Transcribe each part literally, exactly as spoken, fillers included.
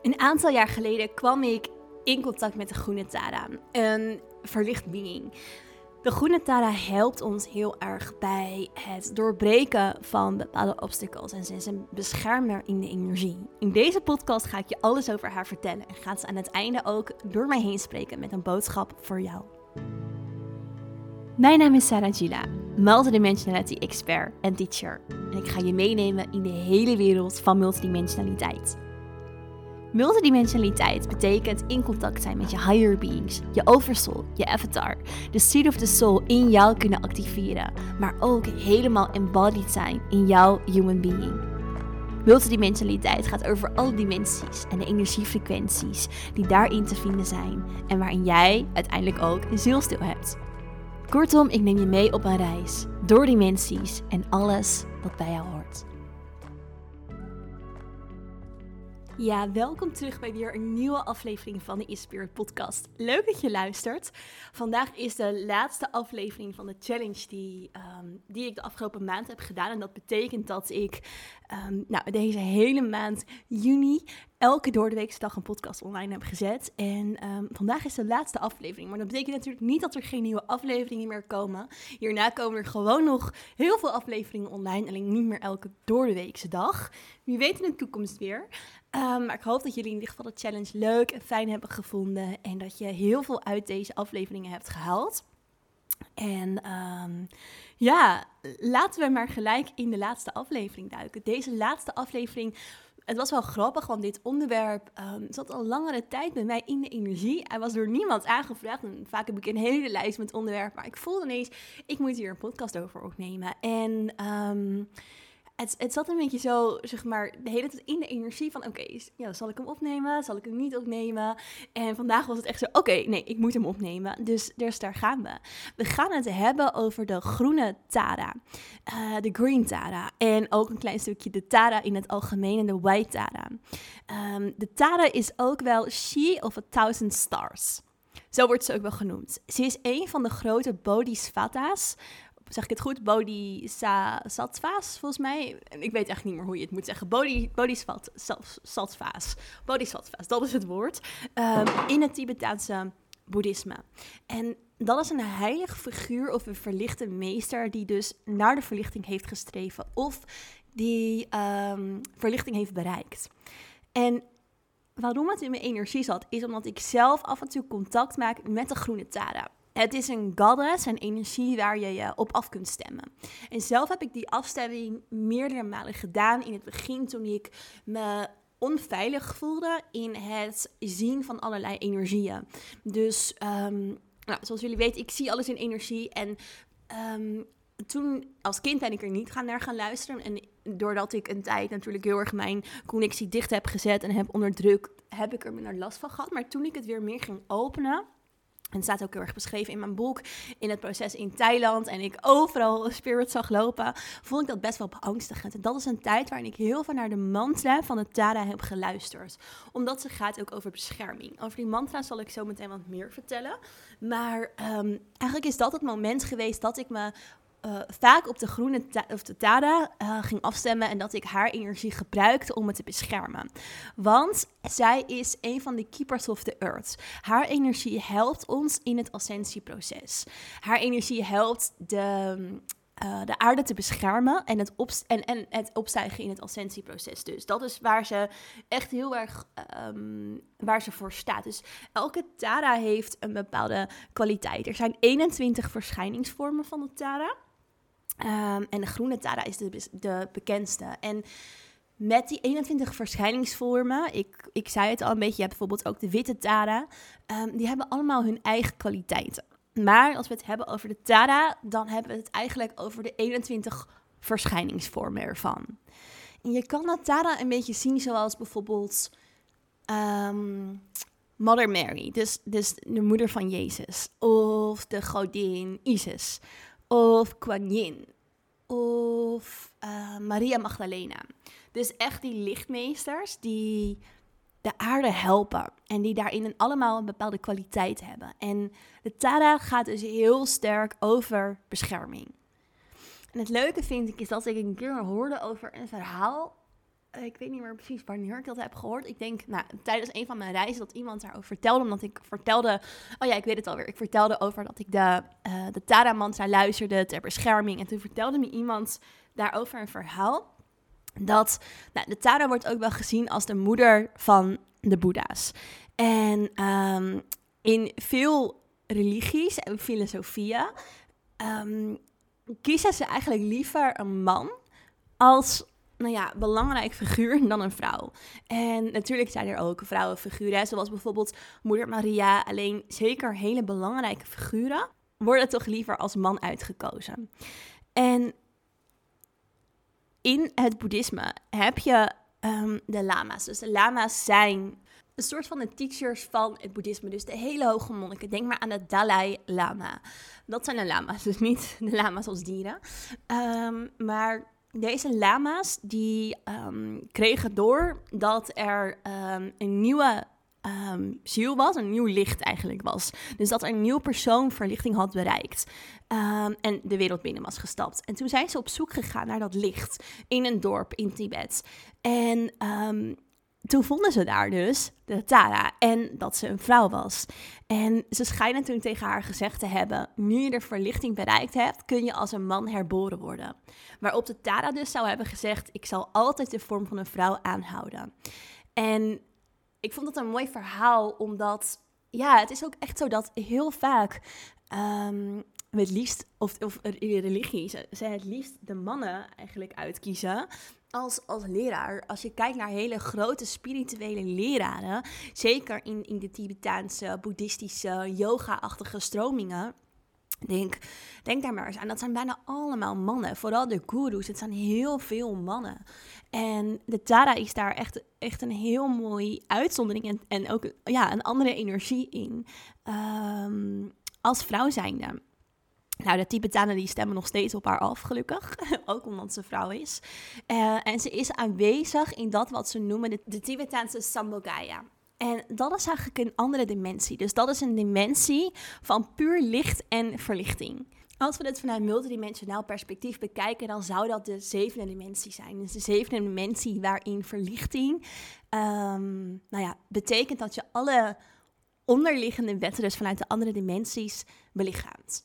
Een aantal jaar geleden kwam ik in contact met de Groene Tara, een verlicht being. De Groene Tara helpt ons heel erg bij het doorbreken van bepaalde obstacles en ze is een beschermer in de energie. In deze podcast ga ik je alles over haar vertellen en gaat ze aan het einde ook door mij heen spreken met een boodschap voor jou. Mijn naam is Sarah Gila, multidimensionality expert en teacher. En ik ga je meenemen in de hele wereld van multidimensionaliteit. Multidimensionaliteit betekent in contact zijn met je higher beings, je oversoul, je avatar, de seed of the soul in jou kunnen activeren, maar ook helemaal embodied zijn in jouw human being. Multidimensionaliteit gaat over alle dimensies en de energiefrequenties die daarin te vinden zijn en waarin jij uiteindelijk ook een zielstil hebt. Kortom, ik neem je mee op een reis door dimensies en alles wat bij jou hoort. Ja, welkom terug bij weer een nieuwe aflevering van de Inspired Podcast. Leuk dat je luistert. Vandaag is de laatste aflevering van de challenge die, um, die ik de afgelopen maand heb gedaan. En dat betekent dat ik um, nou, deze hele maand juni elke doordeweekse dag een podcast online heb gezet. En um, vandaag is de laatste aflevering. Maar dat betekent natuurlijk niet dat er geen nieuwe afleveringen meer komen. Hierna komen er gewoon nog heel veel afleveringen online. Alleen niet meer elke doordeweekse dag. Wie weet in de toekomst weer. Um, maar ik hoop dat jullie in ieder geval de challenge leuk en fijn hebben gevonden. En dat je heel veel uit deze afleveringen hebt gehaald. En um, ja, laten we maar gelijk in de laatste aflevering duiken. Deze laatste aflevering, het was wel grappig, want dit onderwerp um, zat al langere tijd bij mij in de energie. Hij was door niemand aangevraagd. En vaak heb ik een hele lijst met onderwerpen. Maar ik voelde ineens, ik moet hier een podcast over opnemen. En Um, Het, het zat een beetje zo, zeg maar, de hele tijd in de energie van, oké, okay, ja, zal ik hem opnemen? Zal ik hem niet opnemen? En vandaag was het echt zo, oké, okay, nee, ik moet hem opnemen. Dus, dus daar gaan we. We gaan het hebben over de Groene Tara, uh, de Green Tara. En ook een klein stukje de Tara in het algemeen en de White Tara. Um, de Tara is ook wel She of a Thousand Stars. Zo wordt ze ook wel genoemd. Ze is een van de grote bodhisattvas. Zeg ik het goed? Bodhisattvas, volgens mij. Ik weet echt niet meer hoe je het moet zeggen. Bodhi, bodhisattvas. Bodhisattvas, dat is het woord. Um, in het Tibetaanse boeddhisme. En dat is een heilige figuur of een verlichte meester die dus naar de verlichting heeft gestreven of die um, verlichting heeft bereikt. En waarom het in mijn energie zat, is omdat ik zelf af en toe contact maak met de Groene Tara. Het is een goddess, een energie waar je je op af kunt stemmen. En zelf heb ik die afstemming meerdere malen gedaan in het begin toen ik me onveilig voelde in het zien van allerlei energieën. Dus um, nou, zoals jullie weten, ik zie alles in energie en um, toen als kind ben ik er niet gaan naar gaan luisteren. En doordat ik een tijd natuurlijk heel erg mijn connectie dicht heb gezet en heb onderdrukt, heb ik er minder last van gehad. Maar toen ik het weer meer ging openen, en het staat ook heel erg beschreven in mijn boek, in het proces in Thailand, en ik overal spirit zag lopen, vond ik dat best wel beangstigend. En dat is een tijd waarin ik heel veel naar de mantra van de Tara heb geluisterd. Omdat ze gaat ook over bescherming. Over die mantra zal ik zo meteen wat meer vertellen. Maar um, eigenlijk is dat het moment geweest dat ik me Uh, vaak op de groene ta- of de Tara uh, ging afstemmen en dat ik haar energie gebruikte om me te beschermen. Want zij is een van de keepers of the earth. Haar energie helpt ons in het ascensieproces. Haar energie helpt de, uh, de aarde te beschermen en het, opst- en, en het opstijgen in het ascensieproces. Dus dat is waar ze echt heel erg um, waar ze voor staat. Dus elke Tara heeft een bepaalde kwaliteit. Er zijn eenentwintig verschijningsvormen van de Tara. Um, en de Groene Tara is de, de bekendste. En met die eenentwintig verschijningsvormen, ik, ik zei het al een beetje, je hebt bijvoorbeeld ook de Witte Tara, um, die hebben allemaal hun eigen kwaliteiten. Maar als we het hebben over de Tara, dan hebben we het eigenlijk over de eenentwintig verschijningsvormen ervan. En je kan de Tara een beetje zien zoals bijvoorbeeld Um, Mother Mary, dus, dus de moeder van Jezus, of de godin Isis, of Kuan Yin, of uh, Maria Magdalena. Dus echt die lichtmeesters die de aarde helpen en die daarin een, allemaal een bepaalde kwaliteit hebben. En de Tara gaat dus heel sterk over bescherming. En het leuke vind ik is dat ik een keer hoorde over een verhaal ik weet niet meer precies wanneer ik dat heb gehoord. Ik denk, nou, tijdens een van mijn reizen dat iemand daarover vertelde. Omdat ik vertelde, oh ja, ik weet het alweer. Ik vertelde over dat ik de, uh, de Tara Mantra luisterde ter bescherming. En toen vertelde me iemand daarover een verhaal. Dat, nou, de Tara wordt ook wel gezien als de moeder van de Boeddha's. En um, in veel religies en filosofieën um, kiezen ze eigenlijk liever een man als, nou ja, belangrijk figuur dan een vrouw. En natuurlijk zijn er ook vrouwenfiguren, zoals bijvoorbeeld Moeder Maria. Alleen zeker hele belangrijke figuren worden toch liever als man uitgekozen. En in het boeddhisme heb je um, de lama's. Dus de lama's zijn een soort van de teachers van het boeddhisme. Dus de hele hoge monniken. Denk maar aan de Dalai Lama. Dat zijn de lama's, dus niet de lama's als dieren. Um, maar deze lama's die um, kregen door dat er um, een nieuwe um, ziel was, een nieuw licht eigenlijk was. Dus dat er een nieuw persoon verlichting had bereikt um, en de wereld binnen was gestapt. En toen zijn ze op zoek gegaan naar dat licht in een dorp in Tibet. En um, toen vonden ze daar dus de Tara en dat ze een vrouw was. En ze schijnen toen tegen haar gezegd te hebben, nu je de verlichting bereikt hebt, kun je als een man herboren worden. Waarop de Tara dus zou hebben gezegd, ik zal altijd de vorm van een vrouw aanhouden. En ik vond het een mooi verhaal, omdat, ja, het is ook echt zo dat heel vaak um, we het liefst, of, of in de religie, ze, ze het liefst de mannen eigenlijk uitkiezen als, als leraar. Als je kijkt naar hele grote spirituele leraren, zeker in, in de Tibetaanse, boeddhistische, yoga-achtige stromingen, Denk, denk daar maar eens aan. Dat zijn bijna allemaal mannen. Vooral de goeroes. Het zijn heel veel mannen. En de Tara is daar echt, echt een heel mooi uitzondering. En, en ook ja, een andere energie in. Um, als vrouw zijnde. Nou, de Tibetanen die stemmen nog steeds op haar af, gelukkig. Ook omdat ze vrouw is. Uh, en ze is aanwezig in dat wat ze noemen de, de Tibetaanse Sambhogaya. En dat is eigenlijk een andere dimensie. Dus dat is een dimensie van puur licht en verlichting. Als we dit vanuit multidimensionaal perspectief bekijken, dan zou dat de zevende dimensie zijn. Dus de zevende dimensie waarin verlichting, um, nou ja, betekent dat je alle onderliggende wetten dus vanuit de andere dimensies belichaamt.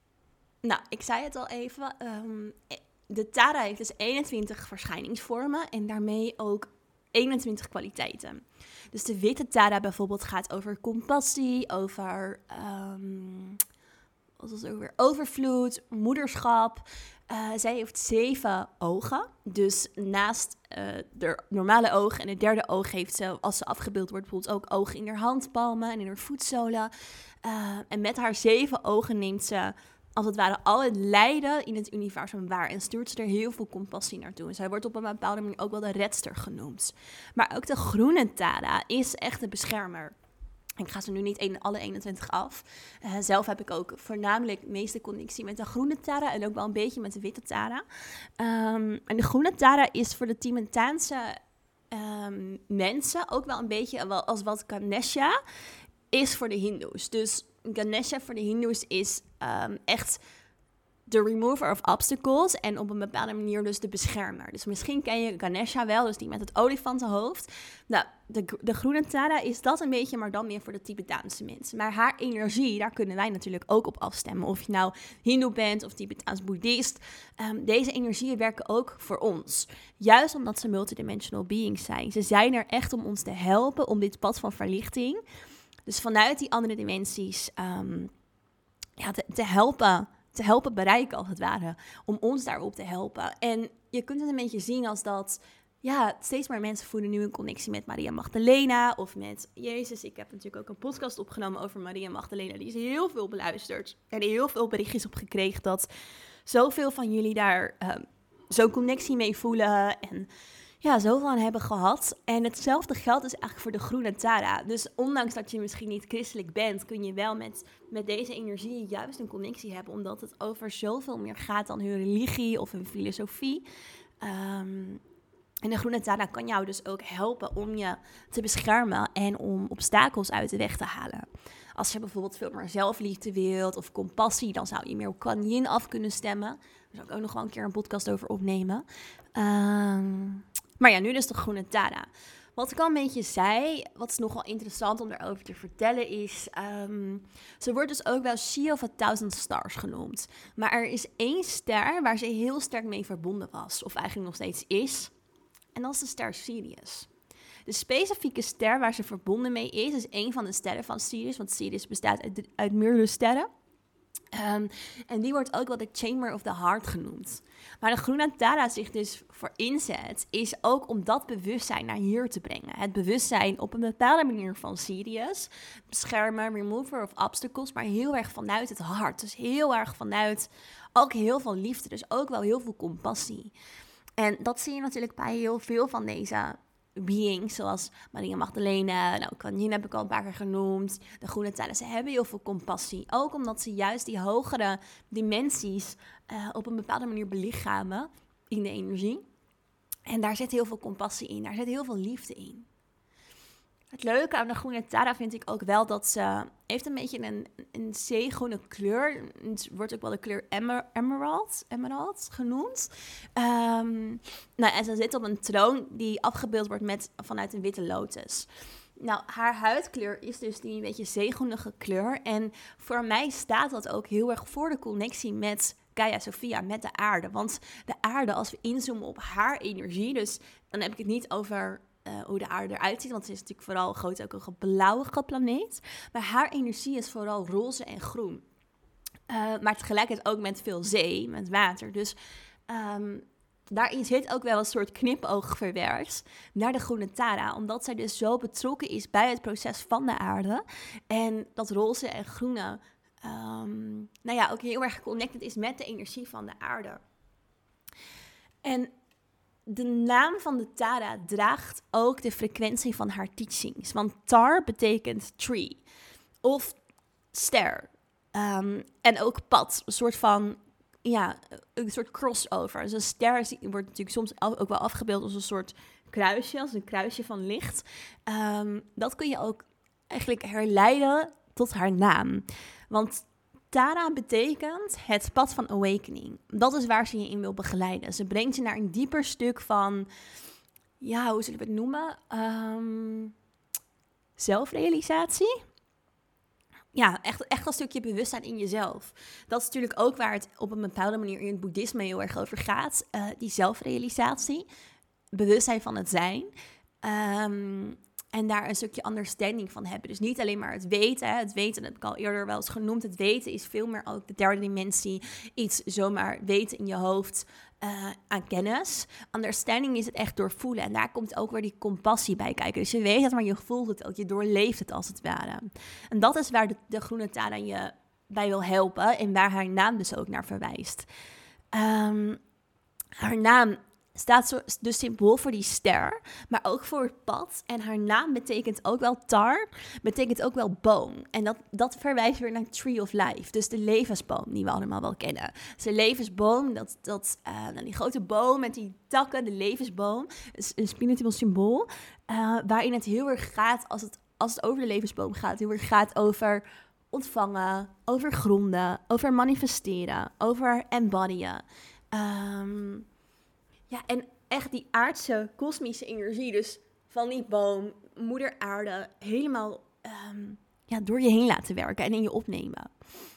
Nou, ik zei het al even. Um, de Tara heeft dus eenentwintig verschijningsvormen en daarmee ook eenentwintig kwaliteiten. Dus de witte Tara bijvoorbeeld gaat over compassie, over um, wat was het ook weer? Overvloed, moederschap. Uh, zij heeft zeven ogen. Dus naast uh, de normale oog en het derde oog heeft ze, als ze afgebeeld wordt, bijvoorbeeld ook ogen in haar handpalmen en in haar voetzolen. Uh, en met haar zeven ogen neemt ze, als het ware, al het lijden in het universum waar en stuurt ze er heel veel compassie naartoe. En zij wordt op een bepaalde manier ook wel de redster genoemd. Maar ook de groene Tara is echt een beschermer. Ik ga ze nu niet een, alle eenentwintig af. Uh, zelf heb ik ook voornamelijk de meeste connectie met de groene Tara en ook wel een beetje met de witte Tara. Um, en de groene Tara is voor de Tibetaanse um, mensen ook wel een beetje als wat Ganesha is voor de Hindoes. Dus Ganesha voor de Hindoes is um, echt de remover of obstacles en op een bepaalde manier dus de beschermer. Dus misschien ken je Ganesha wel, dus die met het olifantenhoofd. Nou, de, de groene Tara is dat een beetje, maar dan meer voor de Tibetaanse mensen. Maar haar energie, daar kunnen wij natuurlijk ook op afstemmen. Of je nou Hindoe bent of Tibetaans boeddhist. Um, deze energieën werken ook voor ons. Juist omdat ze multidimensional beings zijn. Ze zijn er echt om ons te helpen om dit pad van verlichting, dus vanuit die andere dimensies, um, ja, te, te helpen... te helpen bereiken, als het ware. Om ons daarop te helpen. En je kunt het een beetje zien als dat, ja, steeds meer mensen voelen nu een connectie met Maria Magdalena of met Jezus. Ik heb natuurlijk ook een podcast opgenomen over Maria Magdalena. Die is heel veel beluisterd. En er heel veel berichtjes op gekregen dat zoveel van jullie daar uh, zo'n connectie mee voelen. En ja, zoveel aan hebben gehad. En hetzelfde geldt dus eigenlijk voor de groene Tara. Dus ondanks dat je misschien niet christelijk bent, kun je wel met, met deze energie juist een connectie hebben. Omdat het over zoveel meer gaat dan hun religie of hun filosofie. Um, en de groene Tara kan jou dus ook helpen om je te beschermen en om obstakels uit de weg te halen. Als je bijvoorbeeld veel meer zelfliefde wilt of compassie, dan zou je meer op Kuan Yin af kunnen stemmen. Daar zou ik ook nog wel een keer een podcast over opnemen. Um, Maar ja, nu dus de groene Tara. Wat ik al een beetje zei, wat is nogal interessant om daarover te vertellen is... Um, ze wordt dus ook wel She of a Thousand Stars genoemd. Maar er is één ster waar ze heel sterk mee verbonden was. Of eigenlijk nog steeds is. En dat is de ster Sirius. De specifieke ster waar ze verbonden mee is, is een van de sterren van Sirius. Want Sirius bestaat uit, uit meerdere sterren. Um, en die wordt ook wel de Chamber of the Heart genoemd. Maar de groene Tara zich dus voor inzet, is ook om dat bewustzijn naar hier te brengen. Het bewustzijn op een bepaalde manier van Sirius. Beschermen, remover of obstacles, maar heel erg vanuit het hart. Dus heel erg vanuit ook heel veel liefde, dus ook wel heel veel compassie. En dat zie je natuurlijk bij heel veel van deze beings, zoals Maria Magdalena, nou, Kanyin heb ik al een paar keer genoemd, de groene Tara. Ze hebben heel veel compassie, ook omdat ze juist die hogere dimensies uh, op een bepaalde manier belichamen in de energie. En daar zit heel veel compassie in, daar zit heel veel liefde in. Het leuke aan de groene Tara vind ik ook wel dat ze heeft een beetje een, een zeegroene kleur. Het wordt ook wel de kleur emer, emerald, emerald genoemd. Um, nou, en ze zit op een troon die afgebeeld wordt met, vanuit een witte lotus. Nou, haar huidkleur is dus die een beetje zeegroenige kleur. En voor mij staat dat ook heel erg voor de connectie met Gaia Sophia, met de aarde. Want de aarde, als we inzoomen op haar energie, dus dan heb ik het niet over Uh, hoe de aarde eruit ziet, want het is natuurlijk vooral groot ook een blauwige planeet. Maar haar energie is vooral roze en groen. Uh, maar tegelijkertijd ook met veel zee, met water. Dus um, daarin zit ook wel een soort knipoog verwerkt naar de groene Tara, omdat zij dus zo betrokken is bij het proces van de aarde. En dat roze en groene, um, nou ja, ook heel erg geconnected is met de energie van de aarde. En de naam van de Tara draagt ook de frequentie van haar teachings. Want Tar betekent tree of ster. Um, en ook pad, een soort van, ja, een soort crossover. Dus een ster wordt natuurlijk soms ook wel afgebeeld als een soort kruisje, als een kruisje van licht. Um, dat kun je ook eigenlijk herleiden tot haar naam. Want Tara betekent het pad van awakening. Dat is waar ze je in wil begeleiden. Ze brengt je naar een dieper stuk van, ja, hoe zullen we het noemen? Um, zelfrealisatie? Ja, echt, echt een stukje bewustzijn in jezelf. Dat is natuurlijk ook waar het op een bepaalde manier in het boeddhisme heel erg over gaat. Uh, die zelfrealisatie. Bewustzijn van het zijn. Um, En daar een stukje understanding van hebben. Dus niet alleen maar het weten. Hè. Het weten, dat heb ik al eerder wel eens genoemd. Het weten is veel meer ook de derde dimensie. Iets zomaar weten in je hoofd uh, aan kennis. Understanding is het echt doorvoelen. En daar komt ook weer die compassie bij kijken. Dus je weet het, maar je voelt het ook. Je doorleeft het als het ware. En dat is waar de, de groene Tara je bij wil helpen. En waar haar naam dus ook naar verwijst. Um, haar naam staat zo, dus symbool voor die ster, maar ook voor het pad. En haar naam betekent ook wel Tar, betekent ook wel boom. En dat, dat verwijst weer naar Tree of Life, dus de levensboom die we allemaal wel kennen. Dus de levensboom, dat, dat, uh, die grote boom met die takken, de levensboom, is een spiritueel symbool, uh, waarin het heel erg gaat, als het, als het over de levensboom gaat, heel erg gaat over ontvangen, over gronden, over manifesteren, over embodyen. Um, Ja, en echt die aardse, kosmische energie, dus van die boom, moeder aarde, helemaal um, ja, door je heen laten werken en in je opnemen.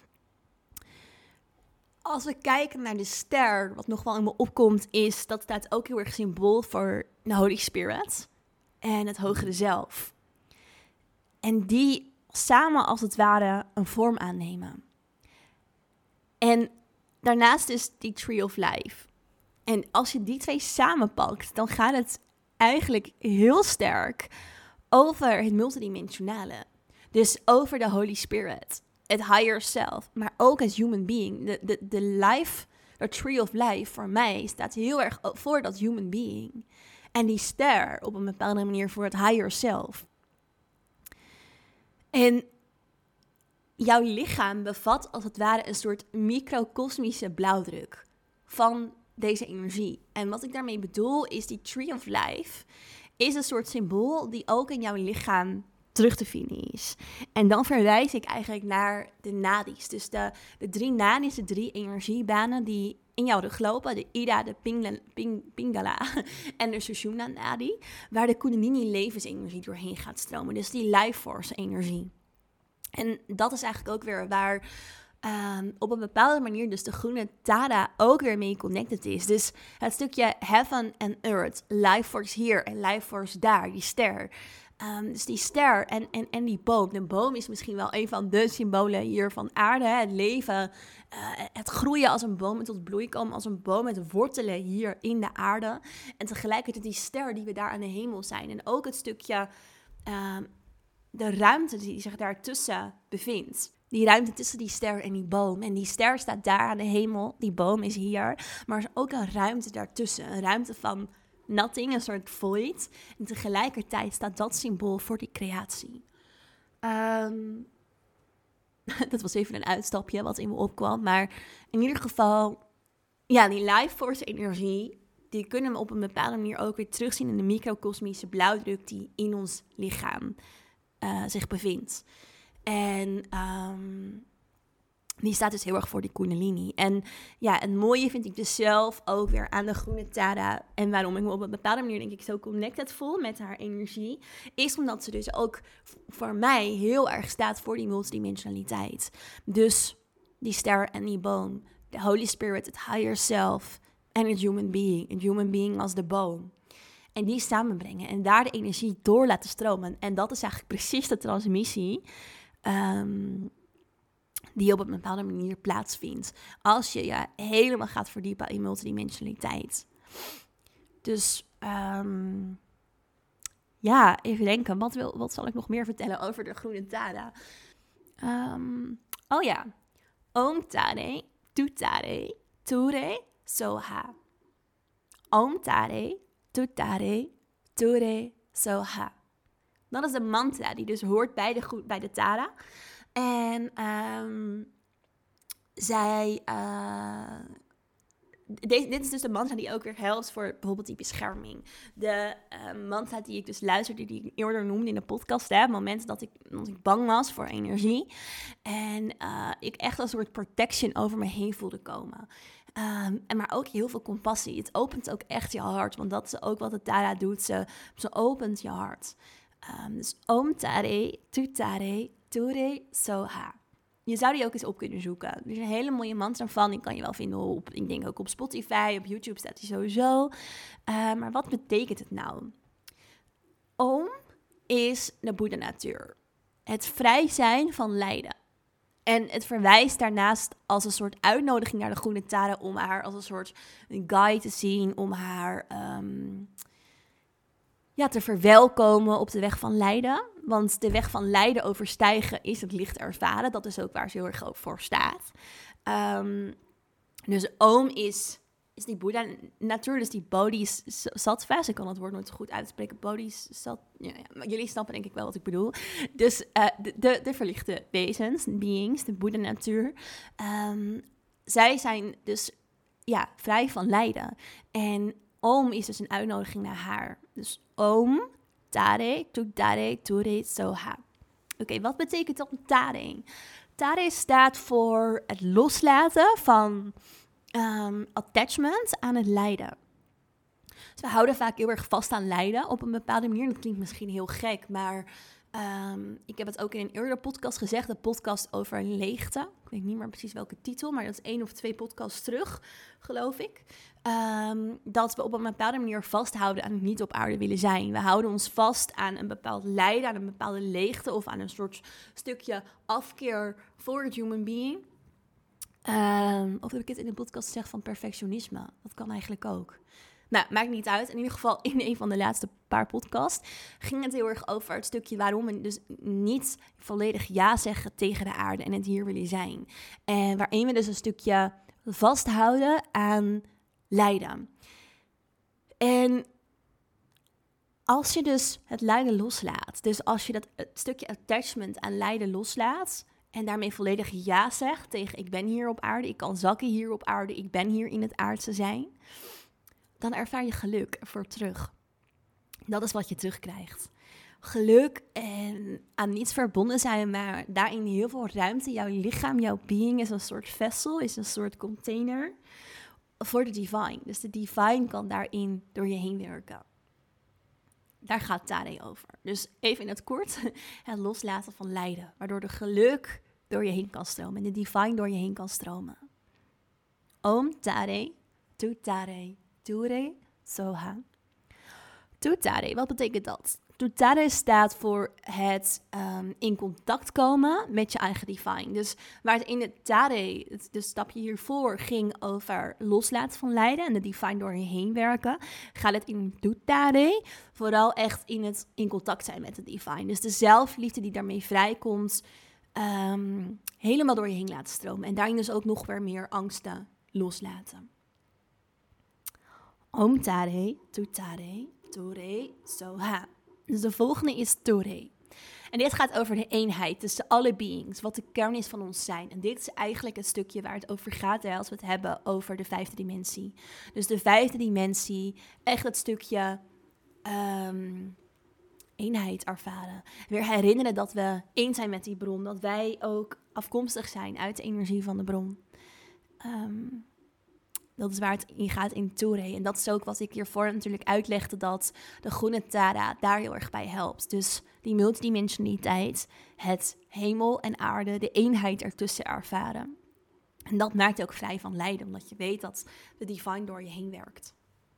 Als we kijken naar de ster, wat nog wel in me opkomt, is dat staat ook heel erg symbool voor de Holy Spirit en het hogere zelf. En die samen als het ware een vorm aannemen. En daarnaast is die Tree of Life. En als je die twee samenpakt, dan gaat het eigenlijk heel sterk over het multidimensionale. Dus over de Holy Spirit, het higher self, maar ook als human being. De, de, de life, de Tree of Life voor mij staat heel erg voor dat human being. En die ster op een bepaalde manier voor het higher self. En jouw lichaam bevat als het ware een soort microcosmische blauwdruk van deze energie. En wat ik daarmee bedoel is die Tree of Life is een soort symbool die ook in jouw lichaam terug te vinden is. En dan verwijs ik eigenlijk naar de nadis. Dus de, de drie nadis, de drie energiebanen die in jouw rug lopen. De Ida, de Pingla, Ping, Pingala en de Sushumna nadi. Waar de Kundalini levensenergie doorheen gaat stromen. Dus die life force energie. En dat is eigenlijk ook weer waar um, op een bepaalde manier dus de groene Tara ook weer mee connected is. Dus het stukje heaven and earth, life force hier en life force daar, die ster. Um, dus die ster en, en, en die boom. De boom is misschien wel een van de symbolen hier van aarde. Hè? Het leven, uh, het groeien als een boom en tot bloei komen als een boom. Het wortelen hier in de aarde. En tegelijkertijd die ster die we daar aan de hemel zijn. En ook het stukje, uh, de ruimte die zich daartussen bevindt. Die ruimte tussen die ster en die boom. En die ster staat daar aan de hemel. Die boom is hier. Maar er is ook een ruimte daartussen. Een ruimte van nothing, een soort void. En tegelijkertijd staat dat symbool voor die creatie. Um, dat was even een uitstapje wat in me opkwam. Maar in ieder geval, ja, die life force energie, die kunnen we op een bepaalde manier ook weer terugzien in de microcosmische blauwdruk die in ons lichaam uh, zich bevindt. En um, die staat dus heel erg voor die Kundalini. En ja, het mooie vind ik dus zelf ook weer aan de groene Tara. En waarom ik me op een bepaalde manier denk ik zo connected voel met haar energie, is omdat ze dus ook voor mij heel erg staat voor die multidimensionaliteit. Dus die ster en die boom, de Holy Spirit, het higher self en het human being. Het human being als de boom. En die samenbrengen en daar de energie door laten stromen. En dat is eigenlijk precies de transmissie Um, die op een bepaalde manier plaatsvindt. Als je je helemaal gaat verdiepen in multidimensionaliteit. Dus um, ja, even denken. Wat, wil, wat zal ik nog meer vertellen over de groene Tara? Um, oh ja. Om Tare, Tu Tare, Ture, Soha. Om Tare, Tu Tare, Ture, Soha. Dat is de mantra die dus hoort bij de, bij de Tara. En um, zij, uh, deze, dit is dus de mantra die ook weer helpt voor bijvoorbeeld die bescherming. De uh, mantra die ik dus luisterde, die ik eerder noemde in de podcast, hè, momenten dat ik, dat ik bang was voor energie. En uh, ik echt een soort protection over me heen voelde komen. Um, en maar ook heel veel compassie. Het opent ook echt je hart, want dat is ook wat de Tara doet. Ze, ze opent je hart. Um, dus Om Tare, Tu Tare, Ture, Soha. Je zou die ook eens op kunnen zoeken. Er is een hele mooie mantra van. Die kan je wel vinden op, ik denk ook op Spotify, op YouTube staat die sowieso. Uh, maar wat betekent het nou? Om is de Boeddha-natuur. Het vrij zijn van lijden. En het verwijst daarnaast als een soort uitnodiging naar de groene Tara om haar als een soort guide te zien, om haar Um, Ja, te verwelkomen op de weg van lijden. Want de weg van lijden overstijgen is het licht ervaren. Dat is ook waar ze heel erg voor staat. Um, dus Om is, is die Boeddha natuur, dus die bodhisattvas. Ik kan het woord nooit zo goed uitspreken. Bodhisattva. Ja, ja, jullie snappen denk ik wel wat ik bedoel. Dus uh, de, de, de verlichte wezens, beings, de Boeddha natuur. Um, zij zijn dus ja, vrij van lijden. En Om is dus een uitnodiging naar haar. Dus Om, Tare, Tu Tare, Ture, Soha. Oké, okay, wat betekent dan Tare? Tare staat voor het loslaten van um, attachment aan het lijden. Dus we houden vaak heel erg vast aan lijden op een bepaalde manier. Dat klinkt misschien heel gek, maar um, ik heb het ook in een eerdere podcast gezegd. De podcast over leegte. Ik weet niet meer precies welke titel, maar dat is één of twee podcasts terug, geloof ik. Um, dat we op een bepaalde manier vasthouden aan het niet op aarde willen zijn. We houden ons vast aan een bepaald lijden, aan een bepaalde leegte of aan een soort stukje afkeer voor het human being. Um, of heb ik het in de podcast gezegd van perfectionisme? Dat kan eigenlijk ook. Nou, maakt niet uit. In ieder geval in een van de laatste paar podcasts ging het heel erg over het stukje waarom we dus niet volledig ja zeggen tegen de aarde en het hier willen zijn. En waarin we dus een stukje vasthouden aan lijden. En als je dus het lijden loslaat, dus als je dat het stukje attachment aan lijden loslaat en daarmee volledig ja zegt tegen ik ben hier op aarde, ik kan zakken hier op aarde, ik ben hier in het aardse zijn, dan ervaar je geluk ervoor terug. Dat is wat je terugkrijgt. geluk en aan niets verbonden zijn, maar daarin heel veel ruimte. Jouw lichaam, jouw being is een soort vessel, is een soort container voor de divine. Dus de divine kan daarin door je heen werken. Daar gaat Tade over. Dus even in het kort, het loslaten van lijden, waardoor de geluk door je heen kan stromen en de divine door je heen kan stromen. Om Tade, Tu Tade, Ture, Soha. Tu Tade, wat betekent dat? Tu Tade staat voor het um, in contact komen met je eigen divine. Dus waar het in het Tade, het de stapje hiervoor, ging over loslaten van lijden en de divine door je heen werken, gaat het in Tu Tade vooral echt in het in contact zijn met de divine. Dus de zelfliefde die daarmee vrijkomt, um, helemaal door je heen laten stromen. En daarin dus ook nog weer meer angsten loslaten. Om Tade, Tu Tade, Ture, Soha. Dus de volgende is Ture. En dit gaat over de eenheid tussen alle beings, wat de kern is van ons zijn. En dit is eigenlijk het stukje waar het over gaat hè, als we het hebben over de vijfde dimensie. Dus de vijfde dimensie, echt het stukje um, eenheid ervaren. Weer herinneren dat we één zijn met die bron, dat wij ook afkomstig zijn uit de energie van de bron. Um, Dat is waar het in gaat in Ture. En dat is ook wat ik hiervoor natuurlijk uitlegde, dat de groene Tara daar heel erg bij helpt. Dus die multidimensionaliteit, het hemel en aarde, de eenheid ertussen ervaren. En dat maakt je ook vrij van lijden, omdat je weet dat de divine door je heen werkt.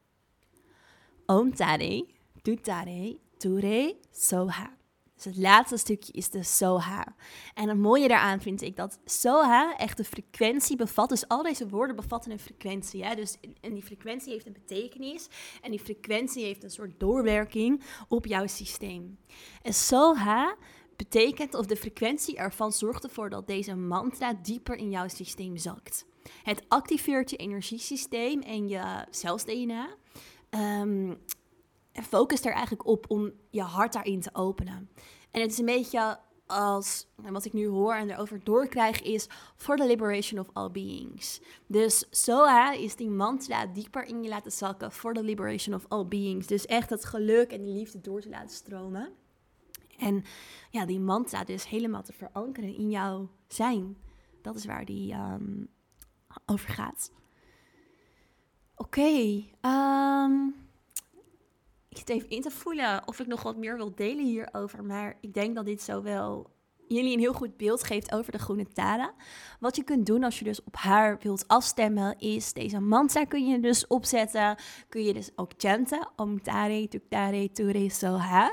Om Tare, Tu Tare, Ture, Soha. Dus het laatste stukje is de Soha. En het mooie daaraan vind ik dat Soha echt de frequentie bevat. Dus al deze woorden bevatten een frequentie. Hè? Dus, en die frequentie heeft een betekenis. En die frequentie heeft een soort doorwerking op jouw systeem. En Soha betekent, of de frequentie ervan zorgt ervoor dat deze mantra dieper in jouw systeem zakt. Het activeert je energiesysteem en je cels-D N A. Um, En focus er eigenlijk op om je hart daarin te openen. En het is een beetje als, wat ik nu hoor en erover doorkrijg, is for the liberation of all beings. Dus Soha is die mantra dieper in je laten zakken, for the liberation of all beings. Dus echt het geluk en die liefde door te laten stromen. En ja, die mantra dus helemaal te verankeren in jouw zijn. Dat is waar die um, over gaat. Oké, okay, um... ik zit even in te voelen of ik nog wat meer wil delen hierover. Maar ik denk dat dit zo wel jullie een heel goed beeld geeft over de groene Tara. Wat je kunt doen als je dus op haar wilt afstemmen is deze mantra kun je dus opzetten. Kun je dus ook chanten. Om Tare, Tuk Tare, Ture, Soha.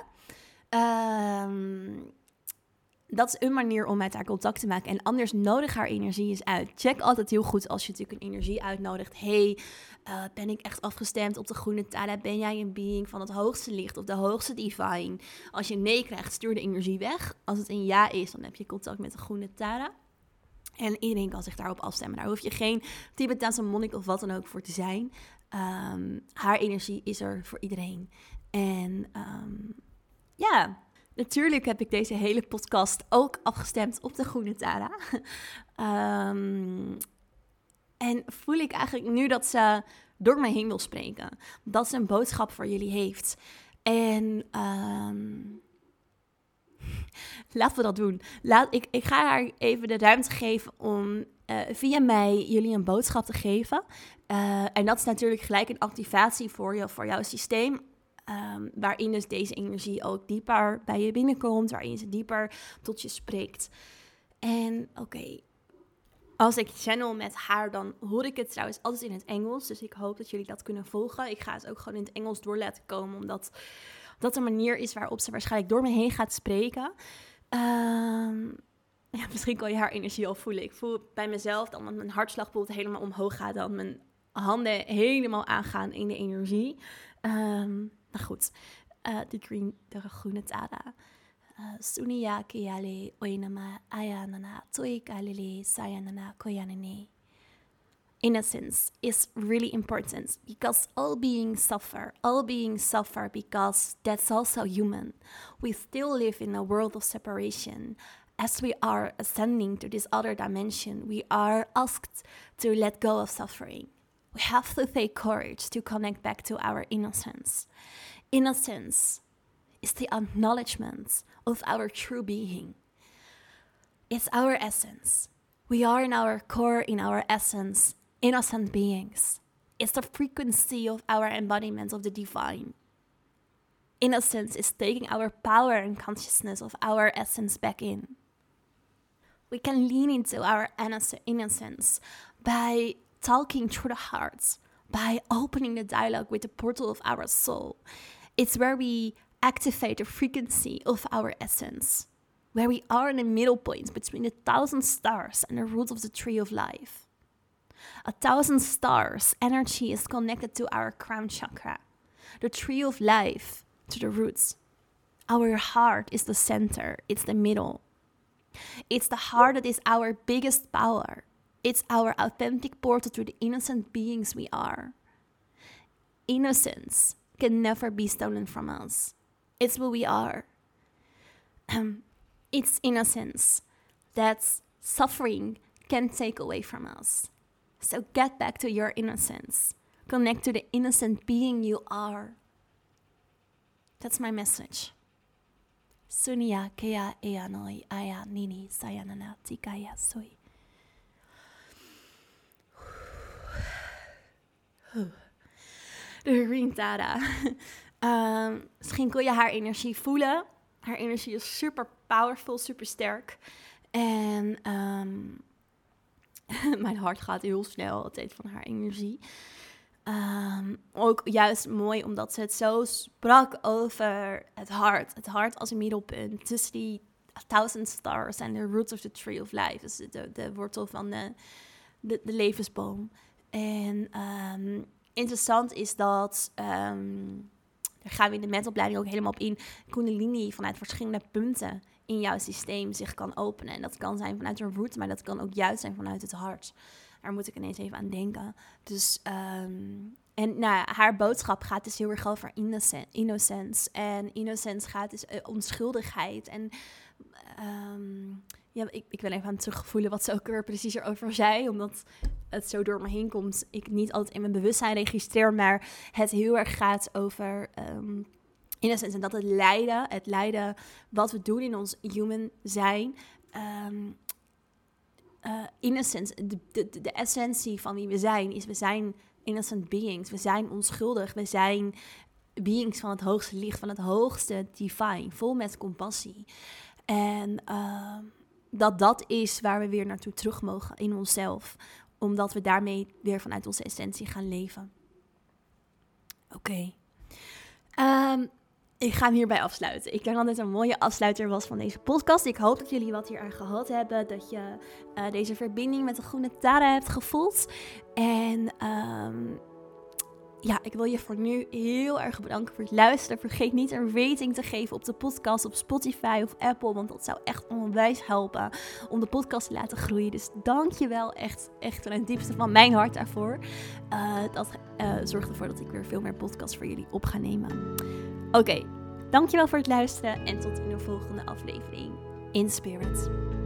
Um, dat is een manier om met haar contact te maken. En anders nodig haar energie eens uit. Check altijd heel goed als je natuurlijk een energie uitnodigt. Hey, uh, ben ik echt afgestemd op de groene Tara? Ben jij een being van het hoogste licht of de hoogste divine? Als je nee krijgt, stuur de energie weg. Als het een ja is, dan heb je contact met de groene Tara. En iedereen kan zich daarop afstemmen. Daar hoef je geen Tibetaanse monnik of wat dan ook voor te zijn. Um, haar energie is er voor iedereen. En um, ja... Natuurlijk heb ik deze hele podcast ook afgestemd op de groene Tara. um, en voel ik eigenlijk nu dat ze door mij heen wil spreken. Dat ze een boodschap voor jullie heeft. En um, laten we dat doen. Laat, ik, ik ga haar even de ruimte geven om uh, via mij jullie een boodschap te geven. Uh, en dat is natuurlijk gelijk een activatie voor, je, voor jouw systeem. Um, waarin dus deze energie ook dieper bij je binnenkomt, waarin ze dieper tot je spreekt. En oké, okay, als ik channel met haar, dan hoor ik het trouwens altijd in het Engels. Dus ik hoop dat jullie dat kunnen volgen. Ik ga het ook gewoon in het Engels door laten komen, omdat dat een manier is waarop ze waarschijnlijk door me heen gaat spreken. Um, ja, misschien kan je haar energie al voelen. Ik voel bij mezelf dan dat mijn hartslag bijvoorbeeld helemaal omhoog gaat, dan mijn handen helemaal aangaan in de energie. Um, Nou goed, uh, de, green, de groene Tara. Sunia kiale oinama ayanana toikalele sayanana koyanene. In a sense, is really important because all beings suffer. All beings suffer because that's also human. We still live in a world of separation. As we are ascending to this other dimension, we are asked to let go of suffering. We have to take courage to connect back to our innocence. Innocence, is the acknowledgement of our true being. It's our essence. We are in our core, in our essence, innocent beings. It's the frequency of our embodiment of the divine. Innocence is taking our power and consciousness of our essence back in. We can lean into our innocence by talking through the heart, by opening the dialogue with the portal of our soul. It's where we activate the frequency of our essence, where we are in the middle point between the thousand stars and the root of the tree of life. A thousand stars energy is connected to our crown chakra, the tree of life to the roots. Our heart is the center, it's the middle. It's the heart that is our biggest power. It's our authentic portal to the innocent beings we are. Innocence can never be stolen from us. It's who we are. Um, it's innocence that suffering can take away from us. So get back to your innocence. Connect to the innocent being you are. That's my message. Sunia kea ea noi aya nini sayanana tikaya soi. De Rintara. Um, misschien kun je haar energie voelen. Haar energie is super powerful, super sterk. En um, mijn hart gaat heel snel altijd van haar energie. Um, ook juist mooi omdat ze het zo sprak over het hart. Het hart als een middelpunt tussen die thousand stars en de roots of the tree of life. Dus de, de wortel van de, de, de levensboom. En um, interessant is dat, um, daar gaan we in de mentoropleiding ook helemaal op in, Kundalini vanuit verschillende punten in jouw systeem zich kan openen. En dat kan zijn vanuit een root, maar dat kan ook juist zijn vanuit het hart. Daar moet ik ineens even aan denken. Dus, um, en nou ja, haar boodschap gaat dus heel erg over innocent, innocence. En innocence gaat dus uh, onschuldigheid. En um, ja, ik, ik wil even aan het terugvoelen wat ze ook weer precies erover zei. Omdat het zo door me heen komt. Ik niet altijd in mijn bewustzijn registreer, maar het heel erg gaat over um, innocence. En dat het lijden, het lijden wat we doen in ons human zijn... Um, Uh, innocence, de, de, de essentie van wie we zijn, is we zijn innocent beings. We zijn onschuldig. We zijn beings van het hoogste licht, van het hoogste divine, vol met compassie. En uh, dat dat is waar we weer naartoe terug mogen in onszelf. Omdat we daarmee weer vanuit onze essentie gaan leven. Oké. Okay. Um, Ik ga hem hierbij afsluiten. Ik denk dat dit een mooie afsluiter was van deze podcast. Ik hoop dat jullie wat hier aan gehad hebben. Dat je uh, deze verbinding met de groene Tara hebt gevoeld. En um, ja, ik wil je voor nu heel erg bedanken voor het luisteren. Vergeet niet een rating te geven op de podcast op Spotify of Apple. Want dat zou echt onwijs helpen om de podcast te laten groeien. Dus dank je wel echt, echt van het diepste van mijn hart daarvoor. Uh, dat uh, zorgt ervoor dat ik weer veel meer podcasts voor jullie op ga nemen. Oké, okay, dankjewel voor het luisteren en tot in de volgende aflevering in Spirit.